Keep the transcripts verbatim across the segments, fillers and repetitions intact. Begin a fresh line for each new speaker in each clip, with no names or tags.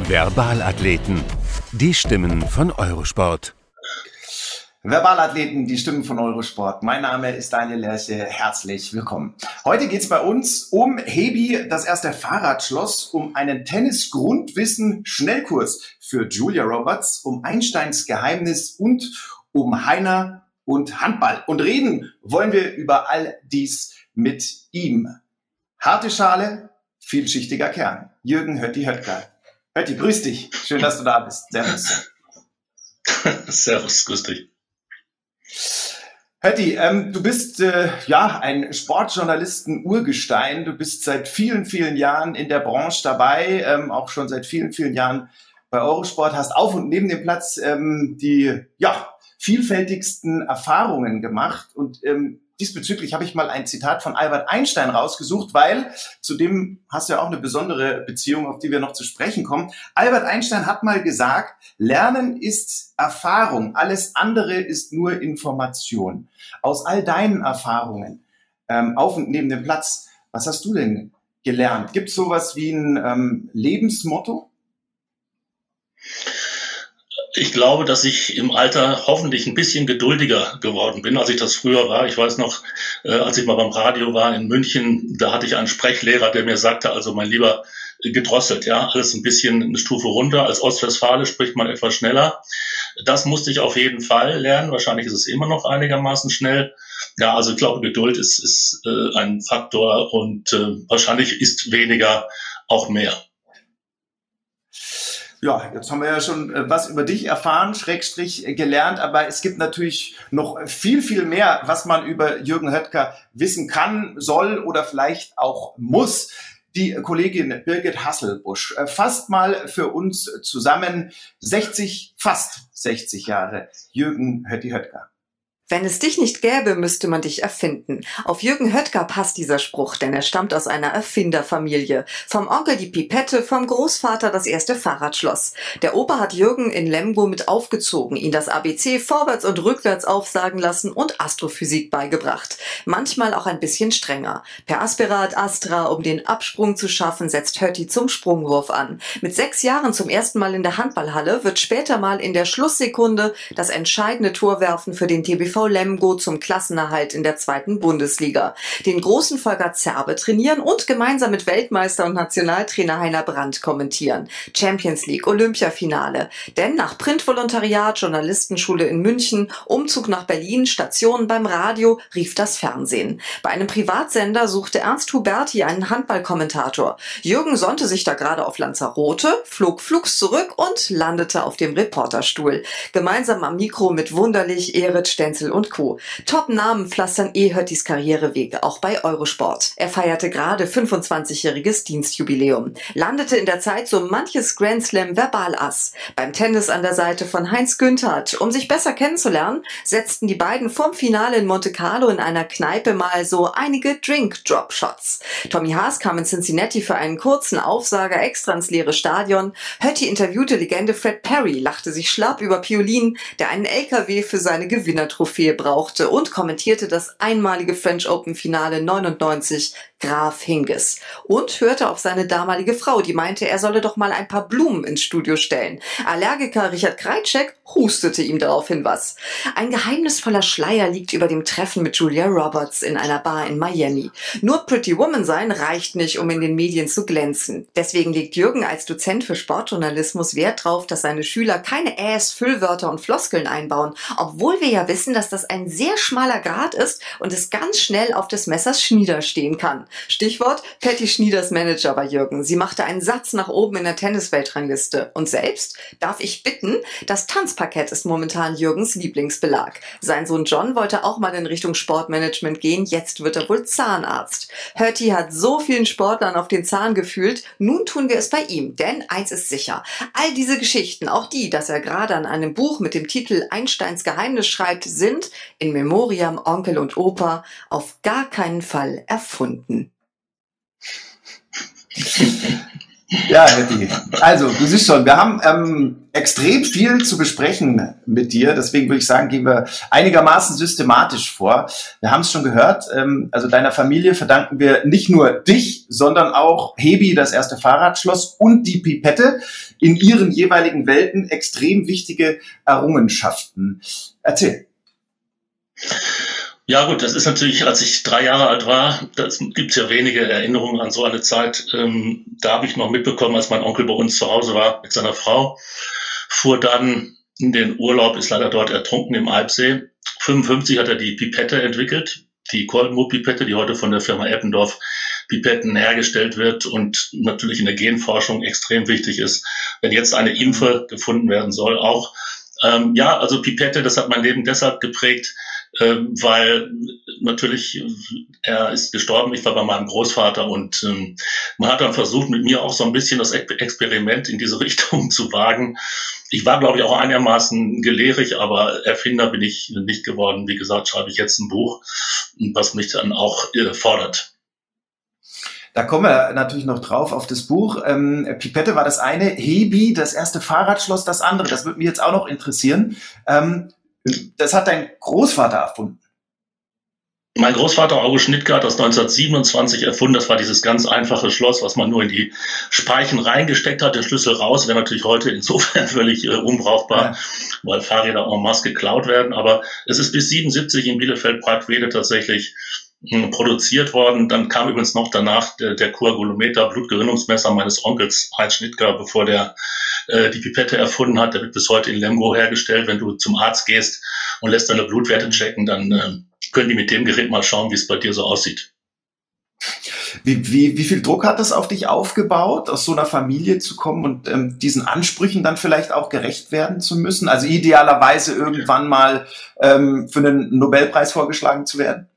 Verbalathleten, die Stimmen von Eurosport.
Verbalathleten, die Stimmen von Eurosport. Mein Name ist Daniel Lerche, herzlich willkommen. Heute geht es bei uns um Hebi, das erste Fahrradschloss, um einen Tennis-Grundwissen-Schnellkurs für Julia Roberts, um Einsteins Geheimnis und um Heiner und Handball. Und reden wollen wir über all dies mit ihm. Harte Schale, vielschichtiger Kern. Jürgen Hötti Höttger. Hötti, grüß dich. Schön, dass du da bist. Servus.
Servus, grüß dich.
Hötti, ähm, du bist äh, ja ein Sportjournalisten-Urgestein. Du bist seit vielen, vielen Jahren in der Branche dabei, ähm, auch schon seit vielen, vielen Jahren bei Eurosport, hast auf und neben dem Platz ähm, die ja vielfältigsten Erfahrungen gemacht. Und ähm, diesbezüglich habe ich mal ein Zitat von Albert Einstein rausgesucht, weil zu dem hast du ja auch eine besondere Beziehung, auf die wir noch zu sprechen kommen. Albert Einstein hat mal gesagt, Lernen ist Erfahrung, alles andere ist nur Information. Aus all deinen Erfahrungen ähm, auf und neben dem Platz, was hast du denn gelernt? Gibt es sowas wie ein ähm, Lebensmotto?
Ich glaube, dass ich im Alter hoffentlich ein bisschen geduldiger geworden bin, als ich das früher war. Ich weiß noch, äh, als ich mal beim Radio war in München, da hatte ich einen Sprechlehrer, der mir sagte, also mein Lieber, gedrosselt, ja, alles ein bisschen eine Stufe runter. Als Ostwestfale spricht man etwas schneller. Das musste ich auf jeden Fall lernen. Wahrscheinlich ist es immer noch einigermaßen schnell. Ja, also ich glaube, Geduld ist, ist äh, ein Faktor und äh, wahrscheinlich ist weniger auch mehr.
Ja, jetzt haben wir ja schon was über dich erfahren, Schrägstrich gelernt, aber es gibt natürlich noch viel, viel mehr, was man über Jürgen Höttger wissen kann, soll oder vielleicht auch muss. Die Kollegin Birgit Hasselbusch fasst mal für uns zusammen sechzig, fast sechzig Jahre Jürgen Hötti Höttger.
Wenn es dich nicht gäbe, müsste man dich erfinden. Auf Jürgen Höttger passt dieser Spruch, denn er stammt aus einer Erfinderfamilie. Vom Onkel die Pipette, vom Großvater das erste Fahrradschloss. Der Opa hat Jürgen in Lemgo mit aufgezogen, ihn das A B C vorwärts und rückwärts aufsagen lassen und Astrophysik beigebracht. Manchmal auch ein bisschen strenger. Per Aspera ad Astra, um den Absprung zu schaffen, setzt Hötti zum Sprungwurf an. Mit sechs Jahren zum ersten Mal in der Handballhalle, wird später mal in der Schlusssekunde das entscheidende Tor werfen für den T B V Lemgo zum Klassenerhalt in der zweiten Bundesliga. Den großen Volker Zerbe trainieren und gemeinsam mit Weltmeister und Nationaltrainer Heiner Brandt kommentieren. Champions League, Olympiafinale. Denn nach Printvolontariat, Journalistenschule in München, Umzug nach Berlin, Stationen beim Radio, rief das Fernsehen. Bei einem Privatsender suchte Ernst Huberti einen Handballkommentator. Jürgen sonnte sich da gerade auf Lanzarote, flog flugs zurück und landete auf dem Reporterstuhl. Gemeinsam am Mikro mit Wunderlich, Erit, Stenzel und Co. Top-Namen pflastern eh Höttis Karrierewege, auch bei Eurosport. Er feierte gerade fünfundzwanzigjähriges Dienstjubiläum. Landete in der Zeit so manches Grand Slam Verbalass. Beim Tennis an der Seite von Heinz Günthert. Um sich besser kennenzulernen, setzten die beiden vorm Finale in Monte Carlo in einer Kneipe mal so einige Drink-Drop-Shots. Tommy Haas kam in Cincinnati für einen kurzen Aufsager extra ins leere Stadion. Hötti interviewte Legende Fred Perry, lachte sich schlapp über Piolin, der einen L K W für seine Gewinnertrophäe brauchte und kommentierte das einmalige French Open Finale neunundneunzig Graf Hingis und hörte auf seine damalige Frau, die meinte, er solle doch mal ein paar Blumen ins Studio stellen. Allergiker Richard Krajcek hustete ihm daraufhin was. Ein geheimnisvoller Schleier liegt über dem Treffen mit Julia Roberts in einer Bar in Miami. Nur Pretty Woman sein reicht nicht, um in den Medien zu glänzen. Deswegen legt Jürgen als Dozent für Sportjournalismus Wert drauf, dass seine Schüler keine Äs, Füllwörter und Floskeln einbauen, obwohl wir ja wissen, dass das ein sehr schmaler Grat ist und es ganz schnell auf des Messers Schnieder stehen kann. Stichwort Patty Schnieders Manager bei Jürgen. Sie machte einen Satz nach oben in der Tennisweltrangliste. Und selbst darf ich bitten, das Tanzparkett ist momentan Jürgens Lieblingsbelag. Sein Sohn John wollte auch mal in Richtung Sportmanagement gehen, jetzt wird er wohl Zahnarzt. Hötti hat so vielen Sportlern auf den Zahn gefühlt, nun tun wir es bei ihm, denn eins ist sicher, all diese Geschichten, auch die, dass er gerade an einem Buch mit dem Titel Einsteins Geheimnis schreibt, sind in Memoriam Onkel und Opa auf gar keinen Fall erfunden.
Ja, Hetti. Also, du siehst schon, wir haben ähm, extrem viel zu besprechen mit dir. Deswegen würde ich sagen, gehen wir einigermaßen systematisch vor. Wir haben es schon gehört. Ähm, also deiner Familie verdanken wir nicht nur dich, sondern auch Hebi, das erste Fahrradschloss, und die Pipette in ihren jeweiligen Welten extrem wichtige Errungenschaften. Erzähl.
Ja gut, das ist natürlich, als ich drei Jahre alt war, das gibt's ja wenige Erinnerungen an so eine Zeit. Ähm, da habe ich noch mitbekommen, als mein Onkel bei uns zu Hause war mit seiner Frau, fuhr dann in den Urlaub, ist leider dort ertrunken im Alpsee. fünfundfünfzig hat er die Pipette entwickelt, die Kolbenmoor-Pipette, die heute von der Firma Eppendorf Pipetten hergestellt wird und natürlich in der Genforschung extrem wichtig ist, wenn jetzt eine Impfe gefunden werden soll. Auch ähm, ja, also Pipette, das hat mein Leben deshalb geprägt, Ähm, weil natürlich, er ist gestorben, ich war bei meinem Großvater und ähm, man hat dann versucht, mit mir auch so ein bisschen das Experiment in diese Richtung zu wagen. Ich war, glaube ich, auch einigermaßen gelehrig, aber Erfinder bin ich nicht geworden. Wie gesagt, schreibe ich jetzt ein Buch, was mich dann auch äh, fordert.
Da kommen wir natürlich noch drauf auf das Buch. Ähm, Pipette war das eine, Hebi, das erste Fahrradschloss, das andere. Das würde mich jetzt auch noch interessieren. Ähm, Das hat dein Großvater erfunden.
Mein Großvater August Schnittke hat das neunzehnhundertsiebenundzwanzig erfunden. Das war dieses ganz einfache Schloss, was man nur in die Speichen reingesteckt hat. Der Schlüssel raus wäre natürlich heute insofern völlig äh, unbrauchbar, ja, weil Fahrräder en masse geklaut werden. Aber es ist bis siebenundsiebzig in Bielefeld-Breitwede tatsächlich mh, produziert worden. Dann kam übrigens noch danach der, der Coagulometer, Blutgerinnungsmesser meines Onkels Heinz Schnittke, bevor der die Pipette erfunden hat. Der wird bis heute in Lemgo hergestellt. Wenn du zum Arzt gehst und lässt deine Blutwerte checken, dann äh, können die mit dem Gerät mal schauen, wie es bei dir so aussieht.
Wie, wie, wie viel Druck hat das auf dich aufgebaut, aus so einer Familie zu kommen und ähm, diesen Ansprüchen dann vielleicht auch gerecht werden zu müssen? Also idealerweise irgendwann mal ähm, für einen Nobelpreis vorgeschlagen zu werden?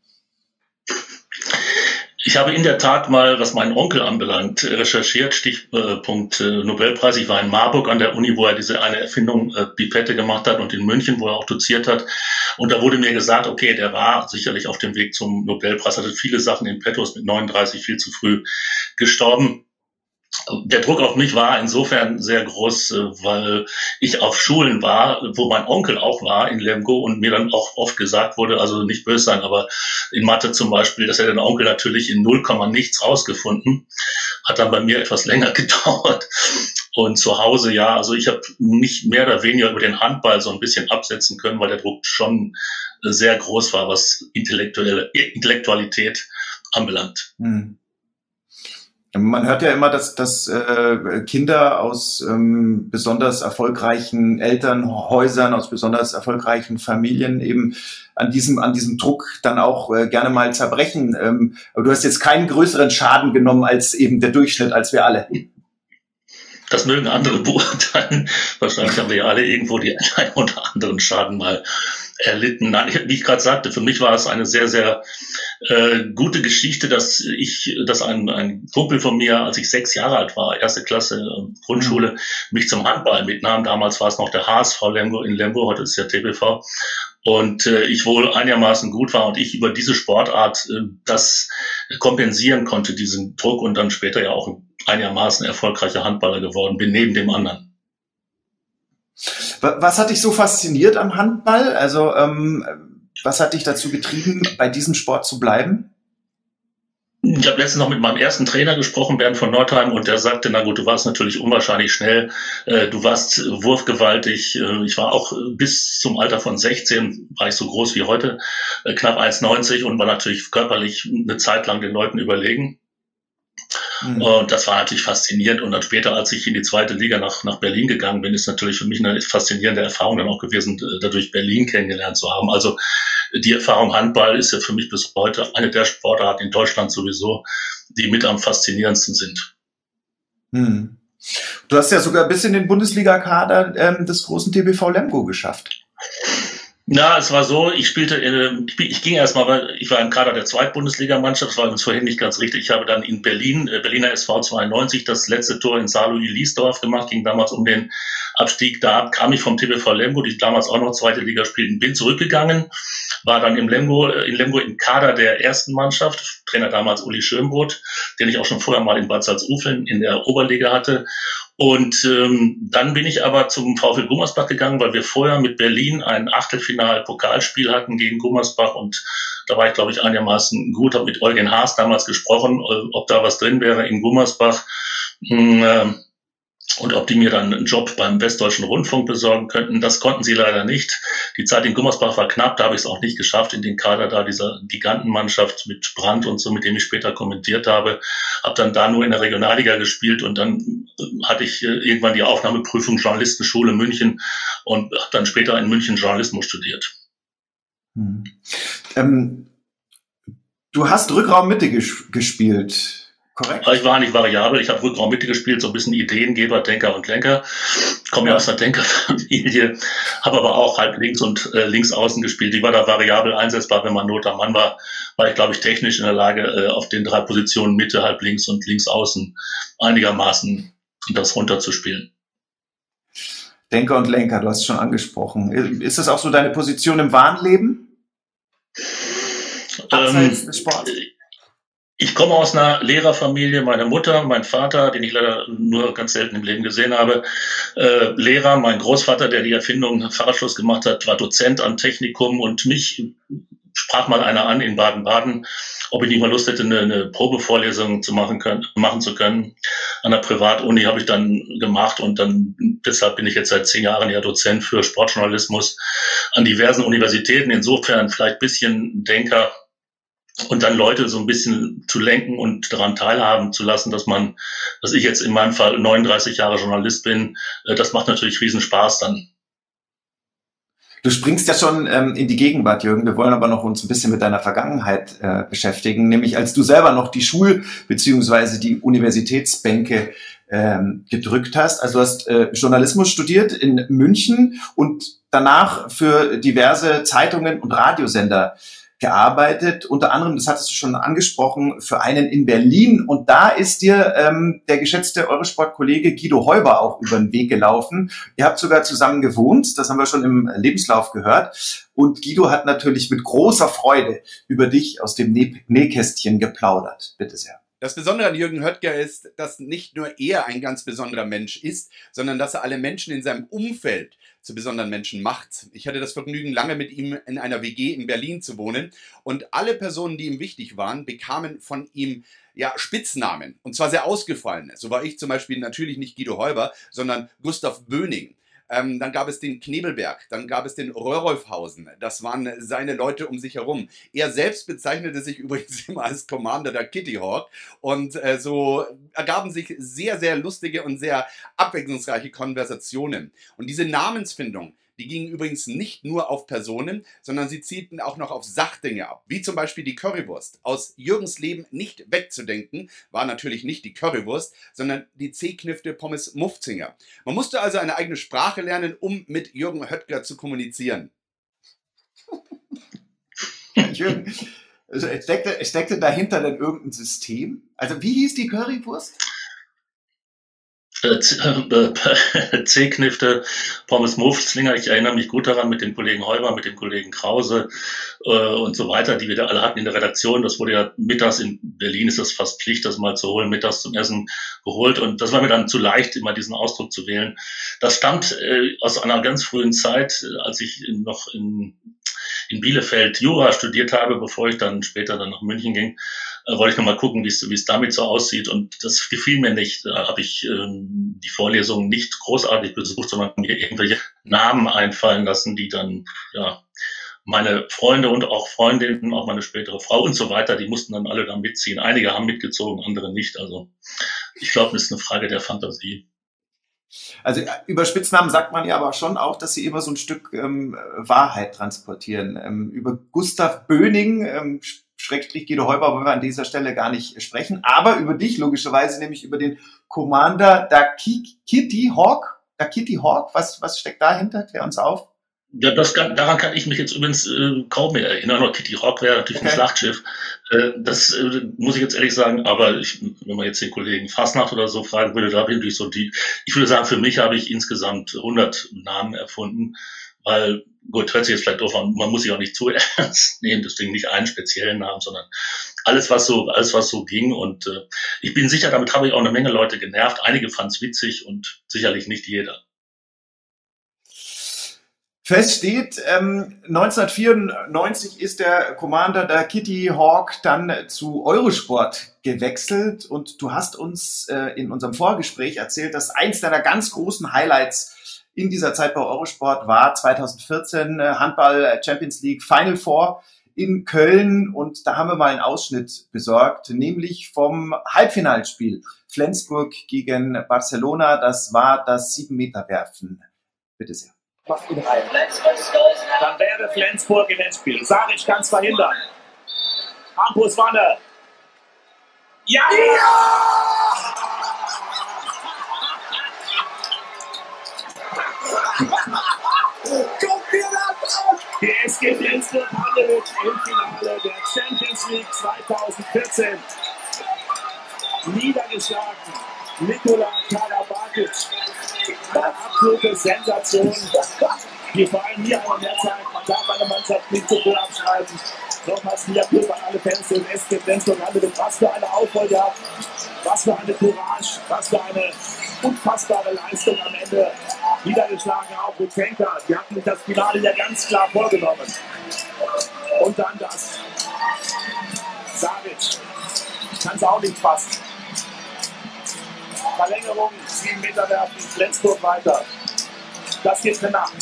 Ich habe in der Tat mal, was meinen Onkel anbelangt, recherchiert, Stichpunkt äh, Nobelpreis. Ich war in Marburg an der Uni, wo er diese eine Erfindung äh, Pipette gemacht hat, und in München, wo er auch doziert hat. Und da wurde mir gesagt, okay, der war sicherlich auf dem Weg zum Nobelpreis, hatte viele Sachen in petto, ist mit neununddreißig viel zu früh gestorben. Der Druck auf mich war insofern sehr groß, weil ich auf Schulen war, wo mein Onkel auch war in Lemgo, und mir dann auch oft gesagt wurde, also nicht böse sein, aber in Mathe zum Beispiel, das hätte der Onkel natürlich in null Komma nichts rausgefunden, hat dann bei mir etwas länger gedauert. Und zu Hause, ja, also ich habe nicht mehr oder weniger über den Handball so ein bisschen absetzen können, weil der Druck schon sehr groß war, was intellektuelle Intellektualität anbelangt. Hm.
Man hört ja immer, dass, dass äh, Kinder aus ähm, besonders erfolgreichen Elternhäusern, aus besonders erfolgreichen Familien eben an diesem an diesem Druck dann auch äh, gerne mal zerbrechen. Ähm, aber du hast jetzt keinen größeren Schaden genommen als eben der Durchschnitt, als wir alle.
Das mögen andere beurteilen. Wahrscheinlich haben wir ja alle irgendwo die einen oder anderen Schaden mal erlitten. Nein, wie ich gerade sagte, für mich war es eine sehr, sehr äh, gute Geschichte, dass ich, dass ein, ein Kumpel von mir, als ich sechs Jahre alt war, erste Klasse Grundschule, mich zum Handball mitnahm. Damals war es noch der H S V Lemgo in Lemgo, heute ist es ja T B V. Und äh, ich wohl einigermaßen gut war und ich über diese Sportart äh, das kompensieren konnte, diesen Druck, und dann später ja auch ein einigermaßen erfolgreicher Handballer geworden bin, neben dem anderen.
Was hat dich so fasziniert am Handball? Also ähm, was hat dich dazu getrieben, bei diesem Sport zu bleiben?
Ich habe letztens noch mit meinem ersten Trainer gesprochen, Bernd von Nordheim, und der sagte, na gut, du warst natürlich unwahrscheinlich schnell, äh, du warst wurfgewaltig, äh, ich war auch äh, bis zum Alter von sechzehn, war ich so groß wie heute, äh, knapp eins neunzig, und war natürlich körperlich eine Zeit lang den Leuten überlegen. Mhm. Und das war natürlich faszinierend. Und dann später, als ich in die zweite Liga nach, nach Berlin gegangen bin, ist natürlich für mich eine faszinierende Erfahrung dann auch gewesen, dadurch Berlin kennengelernt zu haben. Also die Erfahrung Handball ist ja für mich bis heute eine der Sportarten in Deutschland sowieso, die mit am faszinierendsten sind.
Mhm. Du hast ja sogar bis in den Bundesliga-Kader ähm, des großen T B V Lemgo geschafft.
Na, es war so, ich spielte, äh, ich, ich ging erstmal, weil ich war im Kader der Zweitbundesligamannschaft, das war übrigens vorhin nicht ganz richtig. Ich habe dann in Berlin, äh, Berliner S V zweiundneunzig, das letzte Tor in Saarlouis-Liesdorf gemacht, ging damals um den Abstieg, da kam ich vom T B V Lemgo, die damals auch noch zweite Liga spielten, bin zurückgegangen, war dann im Lemgo, in Lemgo im Kader der ersten Mannschaft, Trainer damals Uli Schönbrot, den ich auch schon vorher mal in Bad Salzuflen in der Oberliga hatte. Und ähm, dann bin ich aber zum VfL Gummersbach gegangen, weil wir vorher mit Berlin ein Achtelfinal-Pokalspiel hatten gegen Gummersbach und da war ich, glaube ich, einigermaßen gut, habe mit Eugen Haas damals gesprochen, ob da was drin wäre in Gummersbach äh, und ob die mir dann einen Job beim Westdeutschen Rundfunk besorgen könnten. Das konnten sie leider nicht. Die Zeit in Gummersbach war knapp, da habe ich es auch nicht geschafft, in den Kader da dieser Gigantenmannschaft mit Brandt und so, mit dem ich später kommentiert habe. Habe dann da nur in der Regionalliga gespielt und dann hatte ich irgendwann die Aufnahmeprüfung Journalistenschule München und habe dann später in München Journalismus studiert.
Hm. Ähm, du hast Rückraum-Mitte ges- gespielt. Korrekt.
Ich war nicht variabel, ich habe Rückraum Mitte gespielt, so ein bisschen Ideengeber, Denker und Lenker. Ich komme ja aus einer Denkerfamilie, habe aber auch halb links und äh, links außen gespielt. Ich war da variabel einsetzbar, wenn man Not am Mann war, war ich, glaube ich, technisch in der Lage, äh, auf den drei Positionen Mitte, halb links und links außen einigermaßen das runterzuspielen.
Denker und Lenker, du hast es schon angesprochen. Ist das auch so deine Position im wahren Leben? Abseits
Ähm,
des Sports?
Ich komme aus einer Lehrerfamilie, meine Mutter, mein Vater, den ich leider nur ganz selten im Leben gesehen habe, äh, Lehrer, mein Großvater, der die Erfindung Fahrradschloss gemacht hat, war Dozent am Technikum und mich sprach mal einer an in Baden-Baden, ob ich nicht mal Lust hätte, eine, eine Probevorlesung zu machen können, machen zu können. An der Privatuni habe ich dann gemacht und dann deshalb bin ich jetzt seit zehn Jahren ja Dozent für Sportjournalismus an diversen Universitäten. Insofern vielleicht ein bisschen Denker. Und dann Leute so ein bisschen zu lenken und daran teilhaben zu lassen, dass man, dass ich jetzt in meinem Fall neununddreißig Jahre Journalist bin, das macht natürlich riesen Spaß dann.
Du springst ja schon ähm, in die Gegenwart, Jürgen. Wir wollen aber noch uns ein bisschen mit deiner Vergangenheit äh, beschäftigen, nämlich als du selber noch die Schul- beziehungsweise die Universitätsbänke ähm, gedrückt hast. Also du hast äh, Journalismus studiert in München und danach für diverse Zeitungen und Radiosender gearbeitet, unter anderem, das hattest du schon angesprochen, für einen in Berlin. Und da ist dir ähm, der geschätzte Eurosport-Kollege Guido Heuber auch über den Weg gelaufen. Ihr habt sogar zusammen gewohnt, das haben wir schon im Lebenslauf gehört. Und Guido hat natürlich mit großer Freude über dich aus dem Näh- Nähkästchen geplaudert. Bitte sehr.
Das Besondere an Jürgen Höttger ist, dass nicht nur er ein ganz besonderer Mensch ist, sondern dass er alle Menschen in seinem Umfeld zu besonderen Menschen macht. Ich hatte das Vergnügen, lange mit ihm in einer W G in Berlin zu wohnen und alle Personen, die ihm wichtig waren, bekamen von ihm ja, Spitznamen und zwar sehr ausgefallene. So war ich zum Beispiel natürlich nicht Guido Heuber, sondern Gustav Böning. Ähm, dann gab es den Knebelberg, dann gab es den Röhrolfhausen. Das waren seine Leute um sich herum. Er selbst bezeichnete sich übrigens immer als Commander der Kitty Hawk. Und äh, so ergaben sich sehr, sehr lustige und sehr abwechslungsreiche Konversationen. Und diese Namensfindung, die gingen übrigens nicht nur auf Personen, sondern sie zielten auch noch auf Sachdinge ab, wie zum Beispiel die Currywurst. Aus Jürgens Leben nicht wegzudenken war natürlich nicht die Currywurst, sondern die Zehknifte Pommes Muffzinger. Man musste also eine eigene Sprache lernen, um mit Jürgen Höttger zu kommunizieren.
Jürgen, also steckte, steckte dahinter denn irgendein System? Also wie hieß die Currywurst?
C-Knifte, Pommes Muffzinger, ich erinnere mich gut daran mit dem Kollegen Heuber, mit dem Kollegen Krause äh, und so weiter, die wir da alle hatten in der Redaktion. Das wurde ja mittags, in Berlin ist das fast Pflicht, das mal zu holen, mittags zum Essen geholt und das war mir dann zu leicht, immer diesen Ausdruck zu wählen. Das stammt äh, aus einer ganz frühen Zeit, als ich noch in, in Bielefeld Jura studiert habe, bevor ich dann später dann nach München ging. Äh, wollte ich noch mal gucken, wie es wie es damit so aussieht und das gefiel mir nicht. Da habe ich ähm, die Vorlesungen nicht großartig besucht, sondern mir irgendwelche Namen einfallen lassen, die dann ja meine Freunde und auch Freundinnen, auch meine spätere Frau und so weiter, die mussten dann alle da mitziehen. Einige haben mitgezogen, andere nicht. Also ich glaube, das ist eine Frage der Fantasie.
Also über Spitznamen sagt man ja aber schon auch, dass sie immer so ein Stück ähm, Wahrheit transportieren. Ähm, über Gustav Böning, ähm, Schrägstrich Guido Heuber, wollen wir an dieser Stelle gar nicht sprechen, aber über dich logischerweise, nämlich über den Commander der Kitty Hawk. Der Kitty Hawk, was, was steckt dahinter? Klär uns auf.
Ja, das kann, daran kann ich mich jetzt übrigens äh, kaum mehr erinnern. Oder Kitty Hawk wäre natürlich okay. Ein Schlachtschiff. Äh, das äh, muss ich jetzt ehrlich sagen. Aber ich, wenn man jetzt den Kollegen Fasnacht oder so fragen würde, da habe ich natürlich so die. Ich würde sagen, für mich habe ich insgesamt hundert Namen erfunden, weil gut, hört sich jetzt vielleicht doof an. Man muss sich auch nicht zu ernst nehmen, deswegen nicht einen speziellen Namen, sondern alles, was so, alles, was so ging. Und äh, ich bin sicher, damit habe ich auch eine Menge Leute genervt. Einige fanden es witzig und sicherlich nicht jeder.
Fest steht, ähm, neunzehnhundertvierundneunzig ist der Commander der Kitty Hawk dann zu Eurosport gewechselt und du hast uns äh, in unserem Vorgespräch erzählt, dass eins deiner ganz großen Highlights in dieser Zeit bei Eurosport war zweitausendvierzehn äh, Handball Champions League Final Four in Köln und da haben wir mal einen Ausschnitt besorgt, nämlich vom Halbfinalspiel Flensburg gegen Barcelona. Das war das Sieben-Meter-Werfen. Bitte sehr.
Macht ihn rein. Dann wäre Flensburg im Endspiel. Saric kann es verhindern. Hampus Wanne. Ja! Ja! Guck dir das an! Die S G Flensburg-Handewitt im Finale der Champions League zweitausendvierzehn. Niedergeschlagen. Nikola Karabatic. Eine absolute Sensation, die vor allem hier aber mehr zeigt, man darf eine Mannschaft nicht zu früh abschreiben. Nochmals wieder Glück an alle Fans des S G Flensburg-Handewitt. Was für eine Aufholjagd, was für eine Courage, was für eine unfassbare Leistung am Ende. Niedergeschlagen auch Rutenka. Die hatten sich das Finale ja ganz klar vorgenommen. Und dann das. Saric kann es auch nicht fassen. Verlängerung, sieben Meter werfen, Flensburg weiter. Das geht eine Nacht.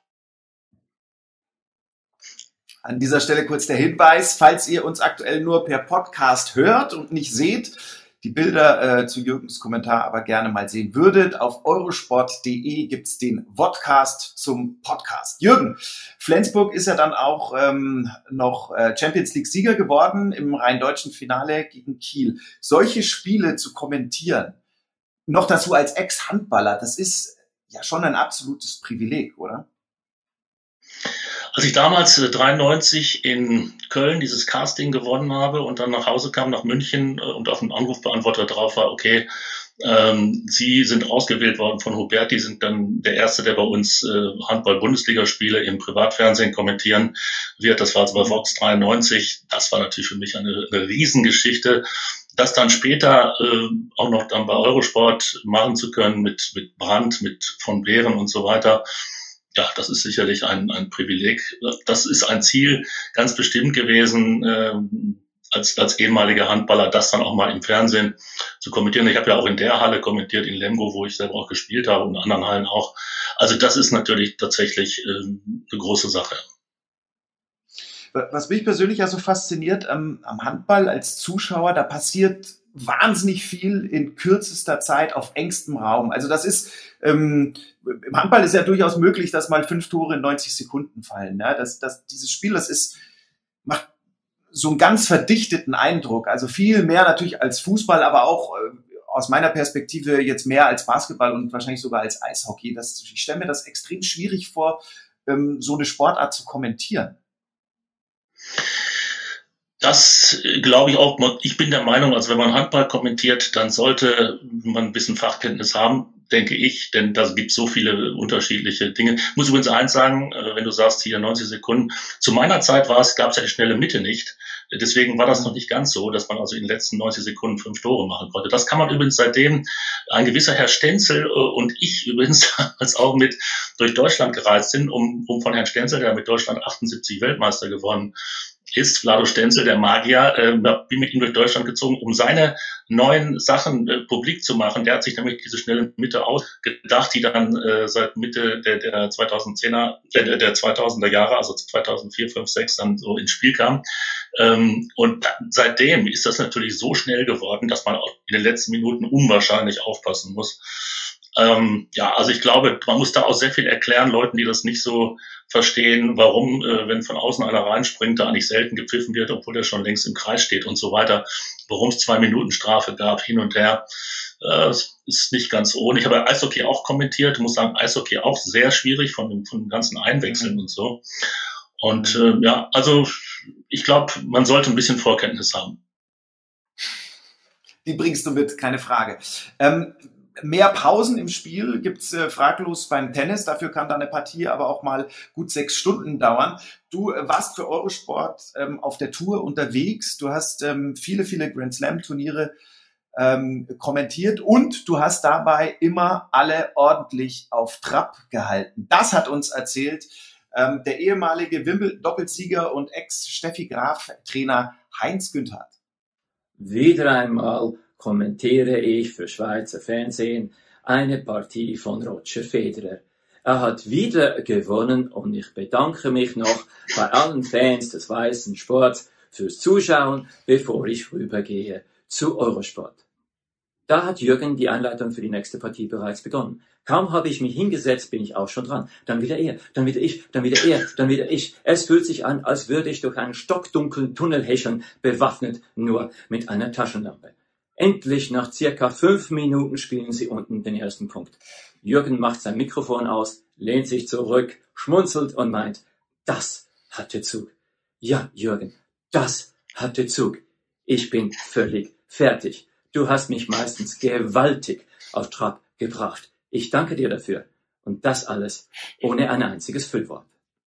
An dieser Stelle kurz der Hinweis, falls ihr uns aktuell nur per Podcast hört und nicht seht, die Bilder äh, zu Jürgens Kommentar aber gerne mal sehen würdet. Auf eurosport punkt de gibt's den Vodcast zum Podcast. Jürgen, Flensburg ist ja dann auch ähm, noch äh, Champions League Sieger geworden im rhein-deutschen Finale gegen Kiel. Solche Spiele zu kommentieren, noch dazu als Ex-Handballer, das ist ja schon ein absolutes Privileg, oder?
Als ich damals äh, dreiundneunzig in Köln dieses Casting gewonnen habe und dann nach Hause kam, nach München äh, und auf einen Anrufbeantworter drauf war, okay, ähm, Sie sind ausgewählt worden von Huberti, sind dann der Erste, der bei uns äh, Handball-Bundesligaspiele im Privatfernsehen kommentieren wird. Das war also bei Vox dreiundneunzig. Das war natürlich für mich eine, eine Riesengeschichte. Das dann später äh, auch noch dann bei Eurosport machen zu können mit mit Brandt, mit von Behren und so weiter. Ja, das ist sicherlich ein ein Privileg. Das ist ein Ziel ganz bestimmt gewesen, äh, als als ehemaliger Handballer, das dann auch mal im Fernsehen zu kommentieren. Ich habe ja auch in der Halle kommentiert, in Lemgo, wo ich selber auch gespielt habe und in anderen Hallen auch. Also das ist natürlich tatsächlich äh, eine große Sache.
Was mich persönlich ja so fasziniert ähm, am Handball als Zuschauer, da passiert wahnsinnig viel in kürzester Zeit auf engstem Raum. Also das ist, ähm, im Handball ist ja durchaus möglich, dass mal fünf Tore in neunzig Sekunden fallen. Ja? Das, das, dieses Spiel, das ist, macht so einen ganz verdichteten Eindruck. Also viel mehr natürlich als Fußball, aber auch äh, aus meiner Perspektive jetzt mehr als Basketball und wahrscheinlich sogar als Eishockey. Das, ich stelle mir das extrem schwierig vor, ähm, so eine Sportart zu kommentieren.
Das glaube ich auch. Ich bin der Meinung, also wenn man Handball kommentiert, dann sollte man ein bisschen Fachkenntnis haben, denke ich, denn da gibt es so viele unterschiedliche Dinge. Ich muss übrigens eins sagen, wenn du sagst, hier neunzig Sekunden. Zu meiner Zeit war es, gab es ja die schnelle Mitte nicht. Deswegen war das noch nicht ganz so, dass man also in den letzten neunzig Sekunden fünf Tore machen konnte. Das kann man übrigens seitdem, ein gewisser Herr Stenzel und ich übrigens als auch mit durch Deutschland gereist sind, um, um von Herrn Stenzel, der mit Deutschland achtundsiebzig Weltmeister gewonnen ist, Vlado Stenzel, der Magier, äh, bin mit ihm durch Deutschland gezogen, um seine neuen Sachen äh, publik zu machen. Der hat sich nämlich diese schnelle Mitte ausgedacht, die dann äh, seit Mitte der, der zweitausendzehner, äh, der zweitausender Jahre, also zweitausendvier, fünf, sechs dann so ins Spiel kam. Ähm, und seitdem ist das natürlich so schnell geworden, dass man auch in den letzten Minuten unwahrscheinlich aufpassen muss. Ähm, ja, also ich glaube, man muss da auch sehr viel erklären, Leuten, die das nicht so verstehen, warum, äh, wenn von außen einer reinspringt, da eigentlich selten gepfiffen wird, obwohl der schon längst im Kreis steht und so weiter, warum es zwei Minuten Strafe gab, hin und her. Äh, das ist nicht ganz ohne. Ich habe Eishockey auch kommentiert. Ich muss sagen, Eishockey auch sehr schwierig von dem, von dem ganzen Einwechseln mhm. und so. Und äh, ja, also ich glaube, man sollte ein bisschen Vorkenntnis haben.
Die bringst du mit, keine Frage. Ähm, mehr Pausen im Spiel gibt's äh, fraglos beim Tennis. Dafür kann dann eine Partie aber auch mal gut sechs Stunden dauern. Du äh, warst für Eurosport ähm, auf der Tour unterwegs. Du hast ähm, viele, viele Grand Slam Turniere ähm, kommentiert und du hast dabei immer alle ordentlich auf Trab gehalten. Das hat uns erzählt ähm, der ehemalige Wimbledon-Doppelsieger und Ex-Steffi Graf-Trainer Heinz Günthardt.
Wieder einmal kommentiere ich für Schweizer Fernsehen eine Partie von Roger Federer. Er hat wieder gewonnen und ich bedanke mich noch bei allen Fans des weißen Sports fürs Zuschauen, bevor ich rübergehe zu Eurosport. Da hat Jürgen die Einleitung für die nächste Partie bereits begonnen. Kaum habe ich mich hingesetzt, bin ich auch schon dran. Dann wieder er, dann wieder ich, dann wieder er, dann wieder ich. Es fühlt sich an, als würde ich durch einen stockdunklen Tunnel häschern, bewaffnet nur mit einer Taschenlampe. Endlich, nach circa fünf Minuten, spielen sie unten den ersten Punkt. Jürgen macht sein Mikrofon aus, lehnt sich zurück, schmunzelt und meint, das hatte Zug. Ja, Jürgen, das hatte Zug. Ich bin völlig fertig. Du hast mich meistens gewaltig auf Trab gebracht. Ich danke dir dafür. Und das alles ohne ein einziges Füllwort.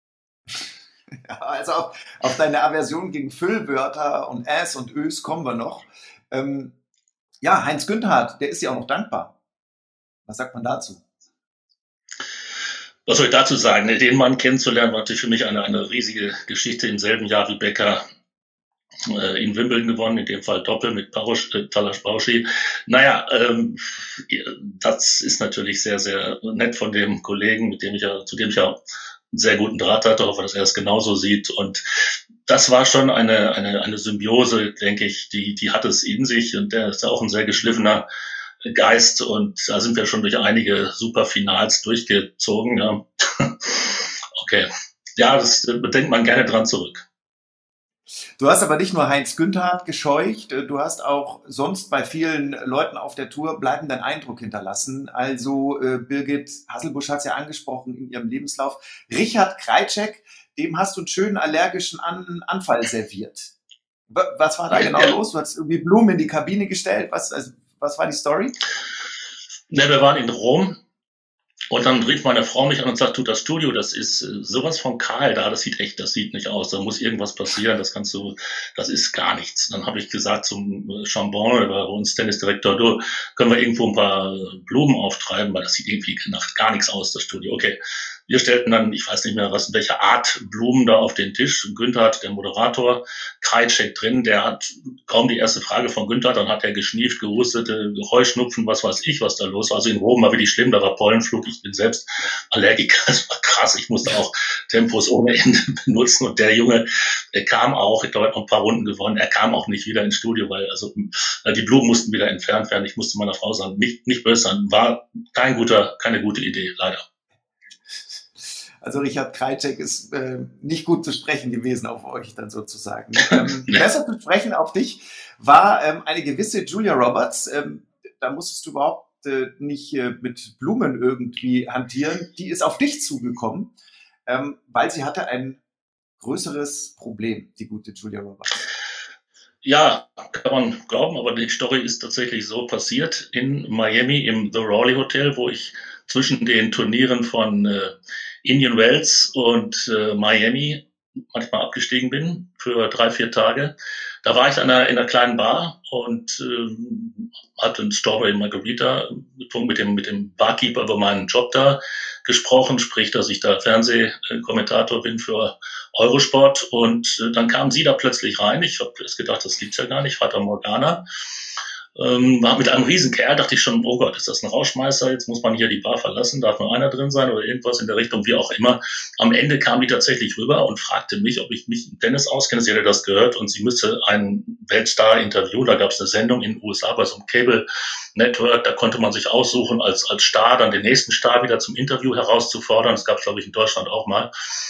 Ja, also auf, auf deine Aversion gegen Füllwörter und Äs und Ös kommen wir noch. Ähm, ja, Heinz Günthardt, der ist ja auch noch dankbar. Was sagt man dazu?
Was soll ich dazu sagen? Den Mann kennenzulernen war natürlich für mich eine, eine riesige Geschichte. Im selben Jahr wie Becker äh, in Wimbledon gewonnen, in dem Fall Doppel mit Paros, äh, Talas Bauschi. Naja, ähm, das ist natürlich sehr, sehr nett von dem Kollegen, mit dem ich ja, zu dem ich ja einen sehr guten Draht hatte, hoffe, dass er es genauso sieht. Und das war schon eine, eine, eine Symbiose, denke ich, die, die hat es in sich. Und der ist ja auch ein sehr geschliffener Geist. Und da sind wir schon durch einige super Finals durchgezogen. Ja. Okay. Ja, das bedenkt man gerne dran zurück.
Du hast aber nicht nur Heinz Günthardt gescheucht, du hast auch sonst bei vielen Leuten auf der Tour bleibenden Eindruck hinterlassen. Also äh, Birgit Hasselbusch hat es ja angesprochen in ihrem Lebenslauf. Richard Krajicek, dem hast du einen schönen allergischen An- Anfall serviert. Was war da genau ja. los? Du hast irgendwie Blumen in die Kabine gestellt. Was, also, was war die Story?
Ne, wir waren in Rom. Und dann rief meine Frau mich an und sagt, du, das Studio, das ist äh, sowas von kahl da, das sieht echt, das sieht nicht aus, da muss irgendwas passieren, das kannst du, das ist gar nichts. Dann habe ich gesagt zum äh, Chambon, der war bei uns Tennisdirektor, du, können wir irgendwo ein paar Blumen auftreiben, weil das sieht irgendwie nach gar nichts aus, das Studio. Okay, wir stellten dann, ich weiß nicht mehr, was, welche Art Blumen da auf den Tisch. Günthardt, der Moderator, Krajicek drin, der hat kaum die erste Frage von Günthardt, dann hat er geschnieft, gehustet, Heuschnupfen, was weiß ich, was da los war. Also in Rom war wirklich schlimm, da war Pollenflug, ich bin selbst Allergiker, das war krass, ich musste auch Tempos ohne Ende benutzen und der Junge, der kam auch, ich glaube, er hat noch ein paar Runden gewonnen, er kam auch nicht wieder ins Studio, weil also die Blumen mussten wieder entfernt werden. Ich musste meiner Frau sagen, nicht, nicht böse sein, war kein guter, keine gute Idee, leider.
Also Richard Krajicek ist äh, nicht gut zu sprechen gewesen auf euch dann sozusagen. Ähm, ja. Besser zu sprechen auf dich war ähm, eine gewisse Julia Roberts. Ähm, da musstest du überhaupt äh, nicht äh, mit Blumen irgendwie hantieren. Die ist auf dich zugekommen, ähm, weil sie hatte ein größeres Problem, die gute Julia Roberts.
Ja, kann man glauben, aber die Story ist tatsächlich so passiert in Miami im The Raleigh Hotel, wo ich zwischen den Turnieren von äh, Indian Wells und äh, Miami manchmal abgestiegen bin für drei, vier Tage. Da war ich in einer, in einer kleinen Bar und äh, hatte einen Strawberry Margarita getrunken, mit dem, mit dem Barkeeper über meinen Job da gesprochen, sprich, dass ich da Fernsehkommentator bin für Eurosport. Und äh, dann kam sie da plötzlich rein. Ich habe erst gedacht, das gibt's ja gar nicht, Fata Morgana. Ähm, war mit einem Riesenkerl, dachte ich schon, oh Gott, ist das ein Rauschmeißer, jetzt muss man hier die Bar verlassen, darf nur einer drin sein oder irgendwas in der Richtung, wie auch immer. Am Ende kam die tatsächlich rüber und fragte mich, ob ich mich im Tennis auskenne, sie hätte das gehört und sie müsste einen Weltstar interviewen, da gab es eine Sendung in den U S A bei so einem Cable Network, da konnte man sich aussuchen, als als Star dann den nächsten Star wieder zum Interview herauszufordern, das gab es, glaube ich, in Deutschland auch mal.